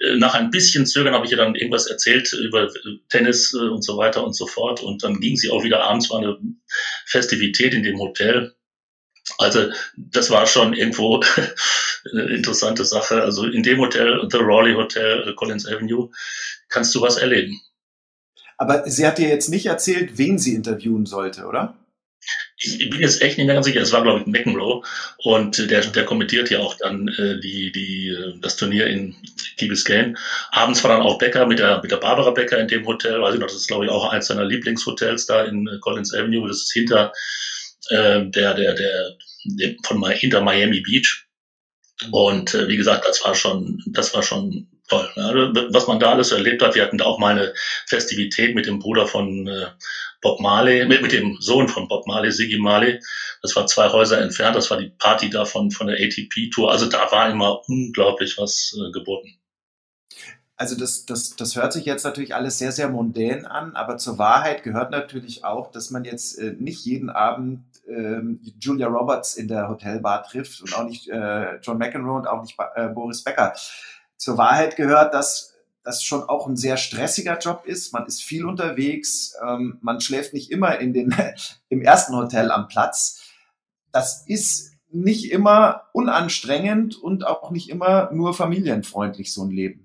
äh, nach ein bisschen Zögern habe ich ihr dann irgendwas erzählt über Tennis äh, und so weiter und so fort. Und dann ging sie auch wieder abends, war eine Festivität in dem Hotel. Also das war schon irgendwo eine interessante Sache. Also in dem Hotel, The Raleigh Hotel, Collins Avenue, kannst du was erleben.
Aber sie hat dir jetzt nicht erzählt, wen sie interviewen sollte, oder?
Ich bin jetzt echt nicht mehr ganz sicher. Es war, glaube ich, McEnroe. Und der, der kommentiert ja auch dann äh, die, die, das Turnier in Key Biscayne. Abends war dann auch Becker mit der, mit der Barbara Becker in dem Hotel. Weiß ich noch, das ist, glaube ich, auch eins seiner Lieblingshotels da in Collins Avenue. Das ist hinter äh, der, der, der, der von hinter Miami Beach. Und äh, wie gesagt, das war schon, das war schon toll. Ja, was man da alles erlebt hat. Wir hatten da auch mal eine Festivität mit dem Bruder von äh, Bob Marley, mit, mit dem Sohn von Bob Marley, Ziggy Marley. Das war zwei Häuser entfernt. Das war die Party da von, von der A T P-Tour. Also da war immer unglaublich was äh, geboten.
Also das, das, das hört sich jetzt natürlich alles sehr, sehr mondän an, aber zur Wahrheit gehört natürlich auch, dass man jetzt äh, nicht jeden Abend ähm, Julia Roberts in der Hotelbar trifft und auch nicht äh, John McEnroe und auch nicht äh, Boris Becker. Zur Wahrheit gehört, dass das schon auch ein sehr stressiger Job ist. Man ist viel unterwegs, ähm, man schläft nicht immer in den, im ersten Hotel am Platz. Das ist nicht immer unanstrengend und auch nicht immer nur familienfreundlich, so ein Leben.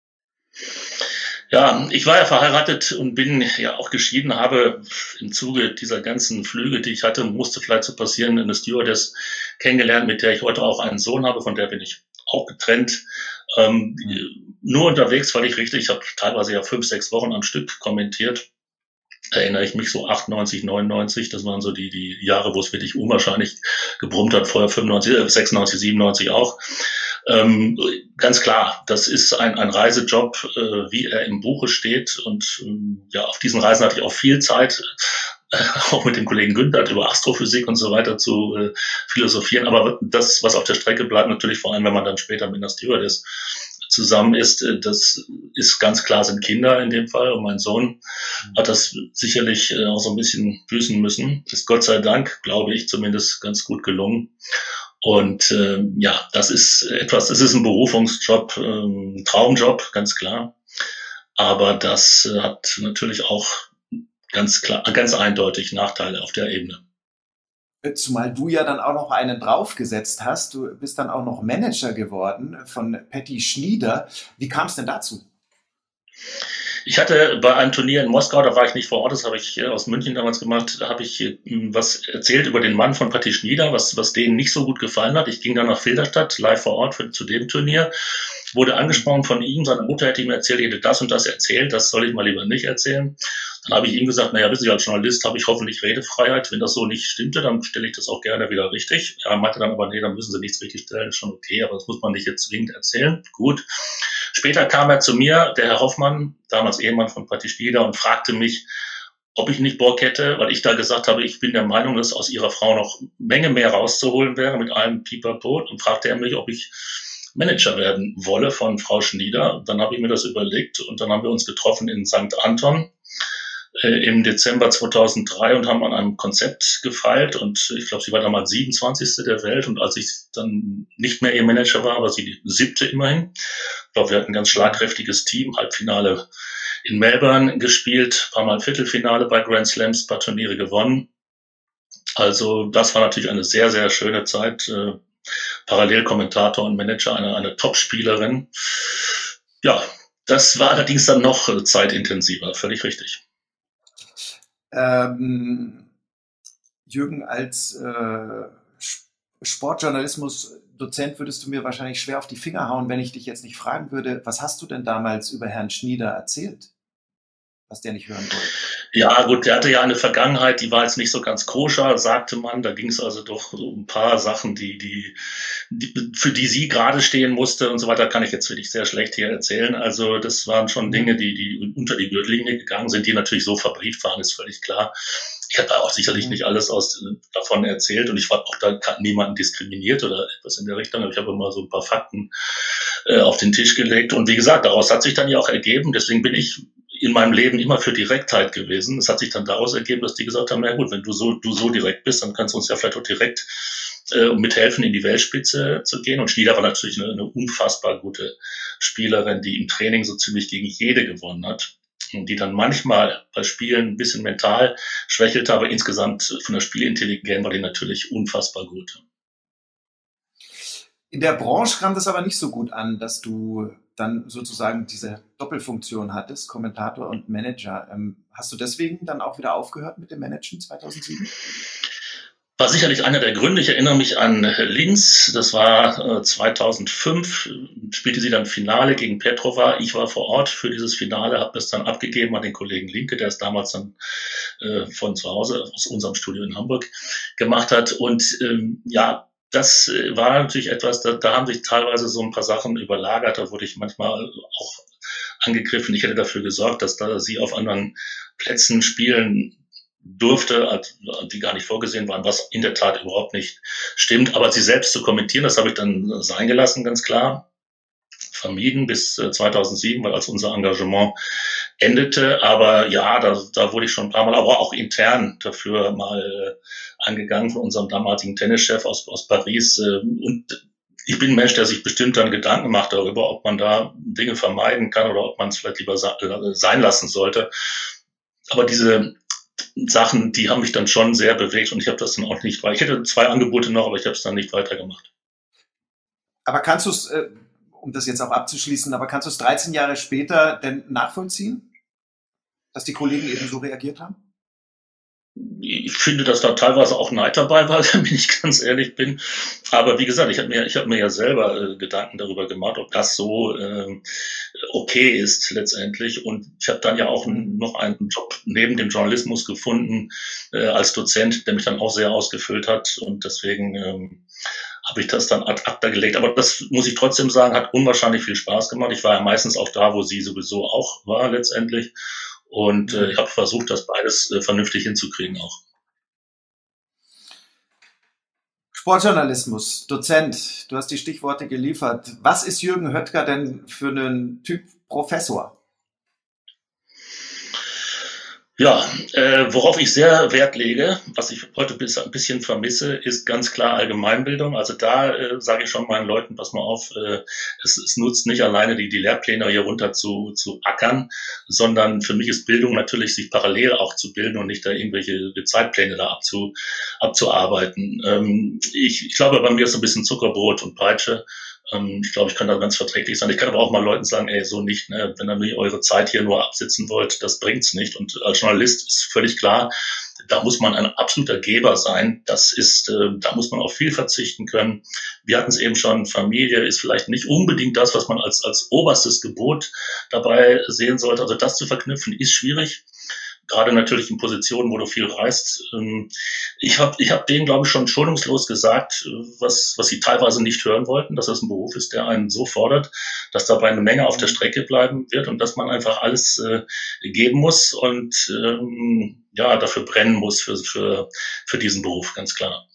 Ja, ich war ja verheiratet und bin ja auch geschieden, habe im Zuge dieser ganzen Flüge, die ich hatte, musste vielleicht so passieren, eine Stewardess kennengelernt, mit der ich heute auch einen Sohn habe, von der bin ich auch getrennt. Ähm, mhm. Nur unterwegs, weil ich richtig, ich habe teilweise ja fünf, sechs Wochen am Stück kommentiert. Erinnere ich mich so achtundneunzig, neunundneunzig, das waren so die, die Jahre, wo es wirklich unwahrscheinlich gebrummt hat, vorher fünfundneunzig, sechsundneunzig, siebenundneunzig auch. Ähm, ganz klar, das ist ein, ein Reisejob, äh, wie er im Buche steht. Und ähm, ja, auf diesen Reisen hatte ich auch viel Zeit, äh, auch mit dem Kollegen Günther über Astrophysik und so weiter zu äh, philosophieren. Aber das, was auf der Strecke bleibt, natürlich vor allem, wenn man dann später mit einer Stewardess zusammen ist, das ist ganz klar, sind Kinder in dem Fall. Und mein Sohn hat das sicherlich äh, auch so ein bisschen büßen müssen. Ist Gott sei Dank, glaube ich, zumindest ganz gut gelungen. Und äh, ja, das ist etwas, es ist ein Berufungsjob, ähm, ein Traumjob, ganz klar. Aber das äh, hat natürlich auch ganz klar, ganz eindeutig Nachteile auf der Ebene.
Zumal du ja dann auch noch einen draufgesetzt hast. Du bist dann auch noch Manager geworden von Patty Schnyder. Wie kam es denn dazu?
Ich hatte bei einem Turnier in Moskau, da war ich nicht vor Ort, das habe ich aus München damals gemacht, da habe ich was erzählt über den Mann von Patty Schnyder, was, was denen nicht so gut gefallen hat. Ich ging dann nach Filderstadt, live vor Ort für, zu dem Turnier, wurde angesprochen von ihm, seine Mutter hätte ihm erzählt, ich hätte das und das erzählt, das soll ich mal lieber nicht erzählen. Dann habe ich ihm gesagt, naja, wissen Sie, als Journalist habe ich hoffentlich Redefreiheit. Wenn das so nicht stimmte, dann stelle ich das auch gerne wieder richtig. Er meinte dann aber, nee, dann müssen Sie nichts richtig stellen, ist schon okay, aber das muss man nicht jetzt zwingend erzählen. Gut. Später kam er zu mir, der Herr Hoffmann, damals Ehemann von Patty Schnyder, und fragte mich, ob ich nicht Bock hätte, weil ich da gesagt habe, ich bin der Meinung, dass aus ihrer Frau noch Menge mehr rauszuholen wäre mit allem Pipapo. Und fragte er mich, ob ich Manager werden wolle von Frau Schnyder. Dann habe ich mir das überlegt und dann haben wir uns getroffen in Sankt Anton äh, im Dezember zweitausenddrei und haben an einem Konzept gefeilt. Und ich glaube, sie war damals siebenundzwanzigste der Welt. Und als ich dann nicht mehr ihr Manager war, war sie die siebte immerhin. Ich glaube, wir hatten ein ganz schlagkräftiges Team, Halbfinale in Melbourne gespielt, paar Mal Viertelfinale bei Grand Slams, paar Turniere gewonnen. Also das war natürlich eine sehr, sehr schöne Zeit. Äh, Parallelkommentator und Manager, eine, eine Top-Spielerin. Ja, das war allerdings dann noch zeitintensiver, völlig richtig.
Ähm, Jürgen, als äh, Sportjournalismus-Dozent würdest du mir wahrscheinlich schwer auf die Finger hauen, wenn ich dich jetzt nicht fragen würde, was hast du denn damals über Herrn Schnyder erzählt, was der nicht hören wollte?
Ja, gut, der hatte ja eine Vergangenheit, die war jetzt nicht so ganz koscher, sagte man. Da ging es also doch um ein paar Sachen, die, die, die, für die sie gerade stehen musste und so weiter, kann ich jetzt wirklich sehr schlecht hier erzählen. Also das waren schon Dinge, die, die unter die Gürtellinie gegangen sind, die natürlich so verbrieft waren, ist völlig klar. Ich habe auch sicherlich nicht alles aus, davon erzählt und ich war auch da niemanden diskriminiert oder etwas in der Richtung, aber ich habe immer so ein paar Fakten äh, auf den Tisch gelegt. Und wie gesagt, daraus hat sich dann ja auch ergeben, deswegen bin ich in meinem Leben immer für Direktheit gewesen. Es hat sich dann daraus ergeben, dass die gesagt haben, na gut, wenn du so, du so direkt bist, dann kannst du uns ja vielleicht auch direkt äh, um mithelfen, in die Weltspitze zu gehen. Und Schnieder war natürlich eine, eine unfassbar gute Spielerin, die im Training so ziemlich gegen jede gewonnen hat. Und die dann manchmal bei Spielen ein bisschen mental schwächelte, aber insgesamt von der Spielintelligenz war die natürlich unfassbar gut.
In der Branche kam das aber nicht so gut an, dass du dann sozusagen diese Doppelfunktion hattest, Kommentator und Manager. Ähm, hast du deswegen dann auch wieder aufgehört mit dem Managen zweitausendsieben?
War sicherlich einer der Gründe. Ich erinnere mich an Linz. Das war äh, zweitausendfünf. Spielte sie dann Finale gegen Petrova. Ich war vor Ort für dieses Finale, habe das dann abgegeben an den Kollegen Linke, der es damals dann äh, von zu Hause aus unserem Studio in Hamburg gemacht hat. Und ähm, ja, das war natürlich etwas, da, da haben sich teilweise so ein paar Sachen überlagert. Da wurde ich manchmal auch angegriffen. Ich hätte dafür gesorgt, dass da sie auf anderen Plätzen spielen durfte, die gar nicht vorgesehen waren, was in der Tat überhaupt nicht stimmt. Aber sie selbst zu kommentieren, das habe ich dann sein gelassen, ganz klar. Vermieden bis zweitausendsieben, weil als unser Engagement endete. Aber ja, da, da wurde ich schon ein paar Mal, aber auch intern dafür mal angegangen von unserem damaligen Tennischef aus, aus Paris. Und ich bin ein Mensch, der sich bestimmt dann Gedanken macht darüber, ob man da Dinge vermeiden kann oder ob man es vielleicht lieber sein lassen sollte. Aber diese Sachen, die haben mich dann schon sehr bewegt und ich habe das dann auch nicht, weil ich hätte zwei Angebote noch, aber ich habe es dann nicht weitergemacht.
Aber kannst du es, äh, um das jetzt auch abzuschließen, aber kannst du es dreizehn Jahre später denn nachvollziehen, dass die Kollegen eben so reagiert haben?
Ich finde, dass da teilweise auch Neid dabei war, wenn ich ganz ehrlich bin. Aber wie gesagt, ich habe mir, ich habe mir ja selber äh, Gedanken darüber gemacht, ob das so äh, okay ist letztendlich. Und ich habe dann ja auch n- noch einen Job neben dem Journalismus gefunden äh, als Dozent, der mich dann auch sehr ausgefüllt hat. Und deswegen ähm, habe ich das dann ad acta gelegt. Aber das muss ich trotzdem sagen, hat unwahrscheinlich viel Spaß gemacht. Ich war ja meistens auch da, wo sie sowieso auch war letztendlich. Und äh, ich habe versucht, das beides äh, vernünftig hinzukriegen auch.
Sportjournalismus, Dozent, du hast die Stichworte geliefert. Was ist Jürgen Höttger denn für einen Typ Professor?
Ja, äh, worauf ich sehr Wert lege, was ich heute bis ein bisschen vermisse, ist ganz klar Allgemeinbildung. Also da äh, sage ich schon meinen Leuten, pass mal auf, äh, es, es nutzt nicht alleine die, die Lehrpläne hier runter zu, zu ackern, sondern für mich ist Bildung natürlich, sich parallel auch zu bilden und nicht da irgendwelche Zeitpläne da abzu, abzuarbeiten. Ähm, ich, ich glaube, bei mir ist so ein bisschen Zuckerbrot und Peitsche. Ich glaube, ich kann da ganz verträglich sein. Ich kann aber auch mal Leuten sagen, ey, so nicht, ne? Wenn ihr eure Zeit hier nur absitzen wollt, das bringt's nicht. Und als Journalist ist völlig klar, da muss man ein absoluter Geber sein. Das ist, äh, da muss man auf viel verzichten können. Wir hatten es eben schon, Familie ist vielleicht nicht unbedingt das, was man als, als oberstes Gebot dabei sehen sollte. Also das zu verknüpfen ist schwierig. Gerade natürlich in Positionen, wo du viel reist. Ich habe ich hab denen, glaube ich, schon schonungslos gesagt, was, was sie teilweise nicht hören wollten, dass das ein Beruf ist, der einen so fordert, dass dabei eine Menge auf der Strecke bleiben wird und dass man einfach alles äh, geben muss und ähm, ja, dafür brennen muss für, für, für diesen Beruf, ganz klar.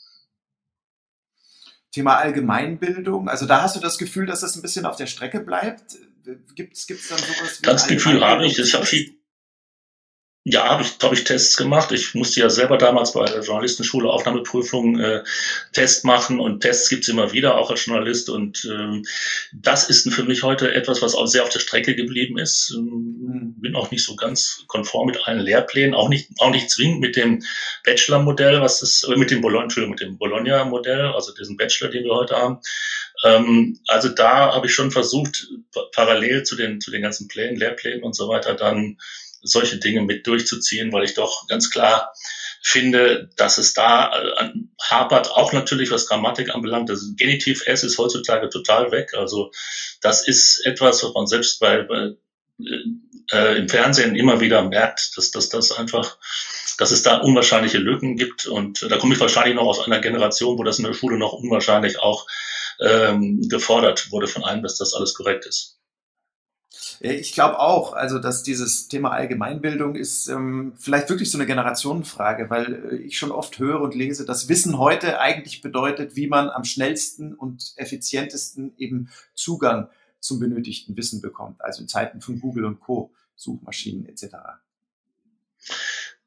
Thema Allgemeinbildung, also da hast du das Gefühl, dass das ein bisschen auf der Strecke bleibt? Gibt's, gibt's dann sowas wie
das Gefühl habe ich. Ich habe viel Ja, habe ich, hab ich Tests gemacht. Ich musste ja selber damals bei der Journalistenschule Aufnahmeprüfung äh, Test machen und Tests gibt's immer wieder, auch als Journalist. Und ähm, das ist für mich heute etwas, was auch sehr auf der Strecke geblieben ist. Ähm, bin auch nicht so ganz konform mit allen Lehrplänen, auch nicht auch nicht zwingend mit dem Bachelor-Modell, was ist, äh, mit dem Bologna, Entschuldigung, mit dem Bologna-Modell, also diesen Bachelor, den wir heute haben. Ähm, also da habe ich schon versucht, pa- parallel zu den zu den ganzen Plänen, Lehrplänen und so weiter, dann solche Dinge mit durchzuziehen, weil ich doch ganz klar finde, dass es da äh, hapert, auch natürlich was Grammatik anbelangt. Das Genitiv S ist heutzutage total weg. Also das ist etwas, was man selbst bei, bei äh, im Fernsehen immer wieder merkt, dass, dass das einfach, dass es da unwahrscheinliche Lücken gibt. Und äh, da komme ich wahrscheinlich noch aus einer Generation, wo das in der Schule noch unwahrscheinlich auch ähm, gefordert wurde von einem, dass das alles korrekt ist.
Ich glaube auch, also dass dieses Thema Allgemeinbildung ist ähm, vielleicht wirklich so eine Generationenfrage, weil äh, ich schon oft höre und lese, dass Wissen heute eigentlich bedeutet, wie man am schnellsten und effizientesten eben Zugang zum benötigten Wissen bekommt, also in Zeiten von Google und Co., Suchmaschinen et cetera.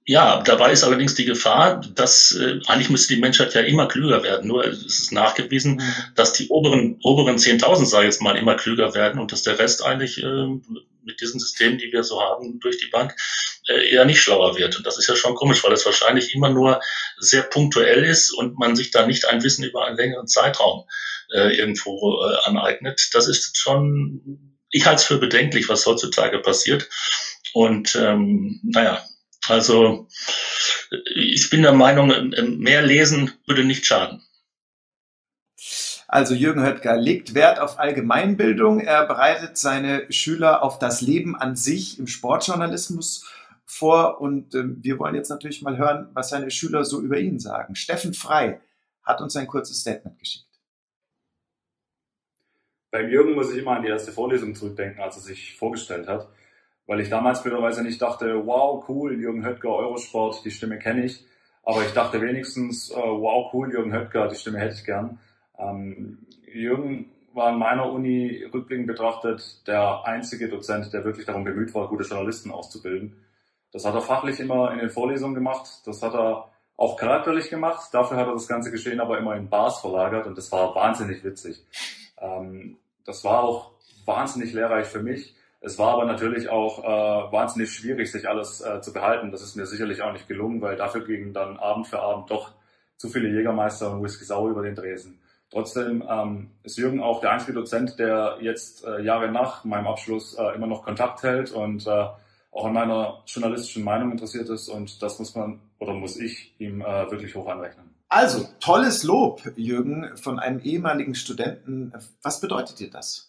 Ja, dabei ist allerdings die Gefahr, dass äh, eigentlich müsste die Menschheit ja immer klüger werden. Nur es ist nachgewiesen,
Mhm.
dass die oberen oberen zehntausend, sage ich jetzt mal, immer klüger werden und dass der Rest eigentlich äh, mit diesen Systemen, die wir so haben durch die Bank, äh, eher nicht schlauer wird. Und das ist ja schon komisch, weil es wahrscheinlich immer nur sehr punktuell ist und man sich da nicht ein Wissen über einen längeren Zeitraum äh, irgendwo äh, aneignet. Das ist schon, ich halte es für bedenklich, was heutzutage passiert. Und ähm, naja, also ich bin der Meinung, mehr lesen würde nicht schaden.
Also Jürgen Höttger legt Wert auf Allgemeinbildung. Er bereitet seine Schüler auf das Leben an sich im Sportjournalismus vor. Und äh, wir wollen jetzt natürlich mal hören, was seine Schüler so über ihn sagen. Steffen Frei hat uns ein kurzes Statement geschickt.
Beim Jürgen muss ich immer an die erste Vorlesung zurückdenken, als er sich vorgestellt hat. Weil ich damals blöderweise nicht dachte, wow, cool, Jürgen Höttger, Eurosport, die Stimme kenne ich. Aber ich dachte wenigstens, äh, wow, cool, Jürgen Höttger, die Stimme hätte ich gern. Ähm, Jürgen war an meiner Uni rückblickend betrachtet der einzige Dozent, der wirklich darum bemüht war, gute Journalisten auszubilden. Das hat er fachlich immer in den Vorlesungen gemacht, das hat er auch charakterlich gemacht. Dafür hat er das ganze Geschehen aber immer in Bars verlagert und das war wahnsinnig witzig. Ähm, das war auch wahnsinnig lehrreich für mich. Es war aber natürlich auch äh, wahnsinnig schwierig, sich alles äh, zu behalten. Das ist mir sicherlich auch nicht gelungen, weil dafür gingen dann Abend für Abend doch zu viele Jägermeister und Whisky Sauer über den Dresen. Trotzdem ähm, ist Jürgen auch der einzige Dozent, der jetzt äh, Jahre nach meinem Abschluss äh, immer noch Kontakt hält und äh, auch an meiner journalistischen Meinung interessiert ist. Und das muss man oder muss ich ihm äh, wirklich hoch anrechnen.
Also, tolles Lob, Jürgen, von einem ehemaligen Studenten. Was bedeutet dir das?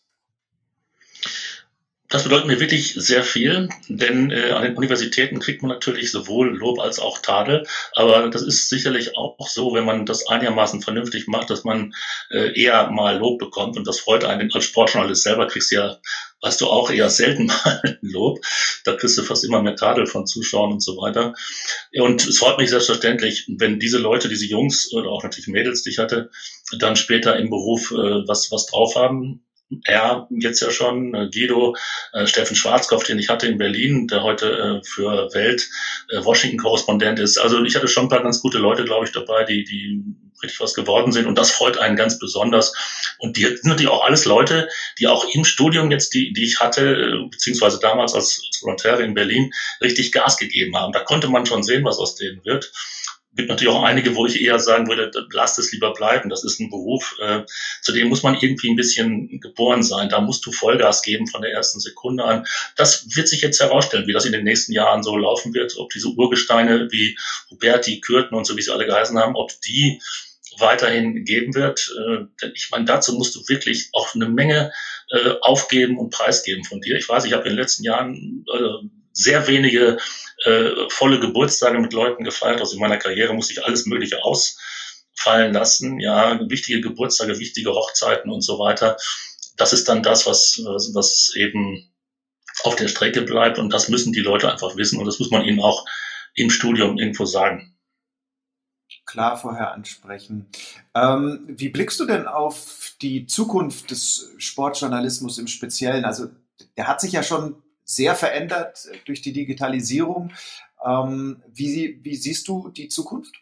Das bedeutet mir wirklich sehr viel, denn äh, an den Universitäten kriegt man natürlich sowohl Lob als auch Tadel, aber das ist sicherlich auch so, wenn man das einigermaßen vernünftig macht, dass man äh, eher mal Lob bekommt und das freut einen. Als Sportjournalist selber kriegst du ja, weißt du, auch eher selten mal Lob, da kriegst du fast immer mehr Tadel von Zuschauern und so weiter. Und es freut mich selbstverständlich, wenn diese Leute, diese Jungs oder auch natürlich Mädels, die ich hatte, dann später im Beruf äh, was was drauf haben. Er jetzt ja schon, äh, Guido, äh, Steffen Schwarzkopf, den ich hatte in Berlin, der heute äh, für Welt äh, Washington-Korrespondent ist. Also ich hatte schon ein paar ganz gute Leute, glaube ich, dabei, die die richtig was geworden sind und das freut einen ganz besonders. Und die sind natürlich auch alles Leute, die auch im Studium jetzt, die die ich hatte, beziehungsweise damals als, als Volontäre in Berlin, richtig Gas gegeben haben. Da konnte man schon sehen, was aus denen wird. Es gibt natürlich auch einige, wo ich eher sagen würde, lasst es lieber bleiben. Das ist ein Beruf, äh, zu dem muss man irgendwie ein bisschen geboren sein. Da musst du Vollgas geben von der ersten Sekunde an. Das wird sich jetzt herausstellen, wie das in den nächsten Jahren so laufen wird. Ob diese Urgesteine wie Huberti, Kürten und so, wie sie alle geheißen haben, ob die weiterhin geben wird. Äh, denn ich meine, dazu musst du wirklich auch eine Menge äh, aufgeben und preisgeben von dir. Ich weiß, ich habe in den letzten Jahren äh, sehr wenige äh, volle Geburtstage mit Leuten gefeiert. Also in meiner Karriere musste ich alles Mögliche ausfallen lassen. Ja, wichtige Geburtstage, wichtige Hochzeiten und so weiter. Das ist dann das, was, was eben auf der Strecke bleibt. Und das müssen die Leute einfach wissen. Und das muss man ihnen auch im Studium irgendwo sagen.
Klar vorher ansprechen. Ähm, wie blickst du denn auf die Zukunft des Sportjournalismus im Speziellen? Also der hat sich ja schon sehr verändert durch die Digitalisierung. Ähm, wie, wie siehst du die Zukunft?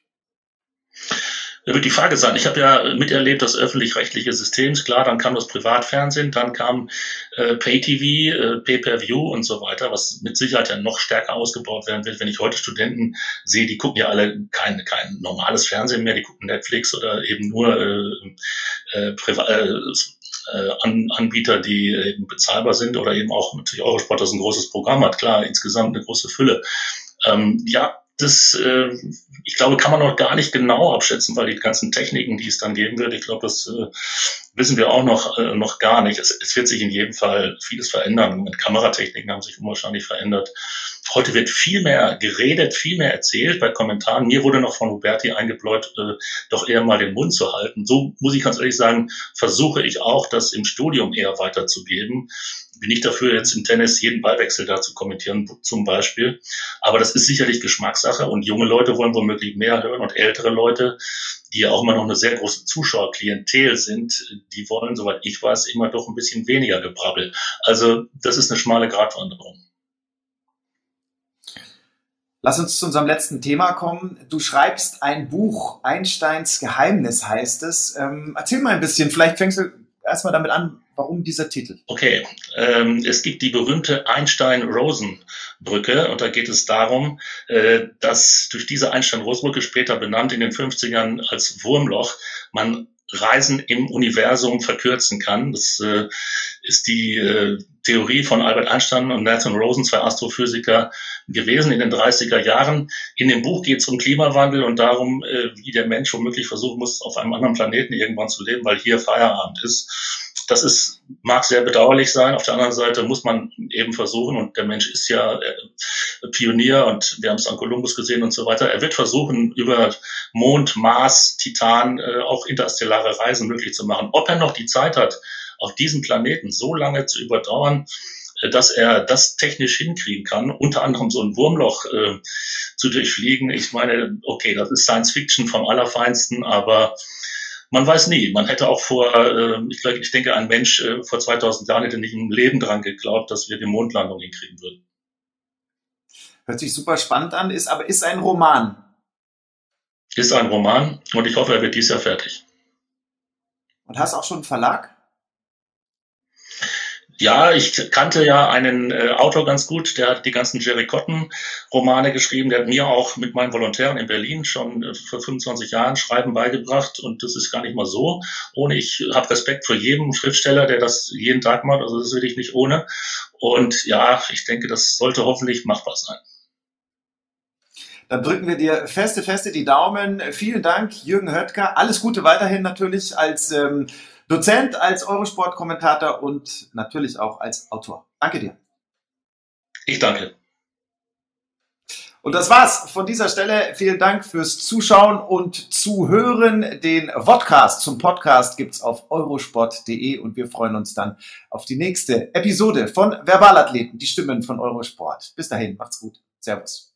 Da wird die Frage sein. Ich habe ja miterlebt, das öffentlich-rechtliche System, klar, dann kam das Privatfernsehen, dann kam äh, Pay-T V, äh, Pay-Per-View und so weiter, was mit Sicherheit ja noch stärker ausgebaut werden wird. Wenn ich heute Studenten sehe, die gucken ja alle kein, kein normales Fernsehen mehr, die gucken Netflix oder eben nur äh, äh, Priva- äh, An- Anbieter, die eben bezahlbar sind oder eben auch natürlich Eurosport, das ein großes Programm hat, klar, insgesamt eine große Fülle. Ähm, ja, das, äh, ich glaube, kann man noch gar nicht genau abschätzen, weil die ganzen Techniken, die es dann geben wird, ich glaube, das äh, wissen wir auch noch äh, noch gar nicht. Es, es wird sich in jedem Fall vieles verändern. Mit Kameratechniken haben sich unwahrscheinlich verändert. Heute wird viel mehr geredet, viel mehr erzählt bei Kommentaren. Mir wurde noch von Huberti eingebläut, äh, doch eher mal den Mund zu halten. So muss ich ganz ehrlich sagen, versuche ich auch, das im Studium eher weiterzugeben. Bin ich dafür, jetzt im Tennis jeden Ballwechsel da zu kommentieren, zum Beispiel. Aber das ist sicherlich Geschmackssache und junge Leute wollen womöglich mehr hören und ältere Leute, die ja auch immer noch eine sehr große Zuschauerklientel sind, die wollen, soweit ich weiß, immer doch ein bisschen weniger Gebrabbel. Also das ist eine schmale Gratwanderung.
Lass uns zu unserem letzten Thema kommen. Du schreibst ein Buch, Einsteins Geheimnis heißt es. Ähm, erzähl mal ein bisschen, vielleicht fängst du erstmal damit an, warum dieser Titel?
Okay, ähm, es gibt die berühmte Einstein-Rosen-Brücke und da geht es darum, äh, dass durch diese Einstein-Rosen-Brücke, später benannt in den fünfzigern als Wurmloch, man Reisen im Universum verkürzen kann. Das äh, ist die äh, Theorie von Albert Einstein und Nathan Rosen, zwei Astrophysiker, gewesen in den dreißiger Jahren. In dem Buch geht es um Klimawandel und darum, äh, wie der Mensch womöglich versuchen muss, auf einem anderen Planeten irgendwann zu leben, weil hier Feierabend ist. Das ist, mag sehr bedauerlich sein. Auf der anderen Seite muss man eben versuchen, und der Mensch ist ja äh, Pionier und wir haben es an Kolumbus gesehen und so weiter. Er wird versuchen, über Mond, Mars, Titan äh, auch interstellare Reisen möglich zu machen. Ob er noch die Zeit hat, auf diesem Planeten so lange zu überdauern, äh, dass er das technisch hinkriegen kann, unter anderem so ein Wurmloch äh, zu durchfliegen. Ich meine, okay, das ist Science Fiction vom Allerfeinsten, aber man weiß nie. Man hätte auch vor, äh, ich, glaub, ich denke, ein Mensch äh, vor zweitausend Jahren hätte nicht im Leben dran geglaubt, dass wir die Mondlandung hinkriegen würden.
Hört sich super spannend an, ist aber ist ein Roman.
Ist ein Roman und ich hoffe, er wird dieses Jahr fertig.
Und hast auch schon einen Verlag?
Ja, ich kannte ja einen äh, Autor ganz gut, der hat die ganzen Jerry Cotton-Romane geschrieben. Der hat mir auch mit meinen Volontären in Berlin schon äh, vor fünfundzwanzig Jahren Schreiben beigebracht und das ist gar nicht mal so ohne. Ich habe Respekt vor jedem Schriftsteller, der das jeden Tag macht, also das will ich nicht ohne. Und ja, ich denke, das sollte hoffentlich machbar sein.
Dann drücken wir dir feste, feste die Daumen. Vielen Dank, Jürgen Höttger. Alles Gute weiterhin natürlich als ähm, Dozent, als Eurosport-Kommentator und natürlich auch als Autor. Danke dir.
Ich danke.
Und das war's von dieser Stelle. Vielen Dank fürs Zuschauen und Zuhören. Den Vodcast zum Podcast gibt's auf eurosport punkt de und wir freuen uns dann auf die nächste Episode von Verbalathleten, die Stimmen von Eurosport. Bis dahin, macht's gut. Servus.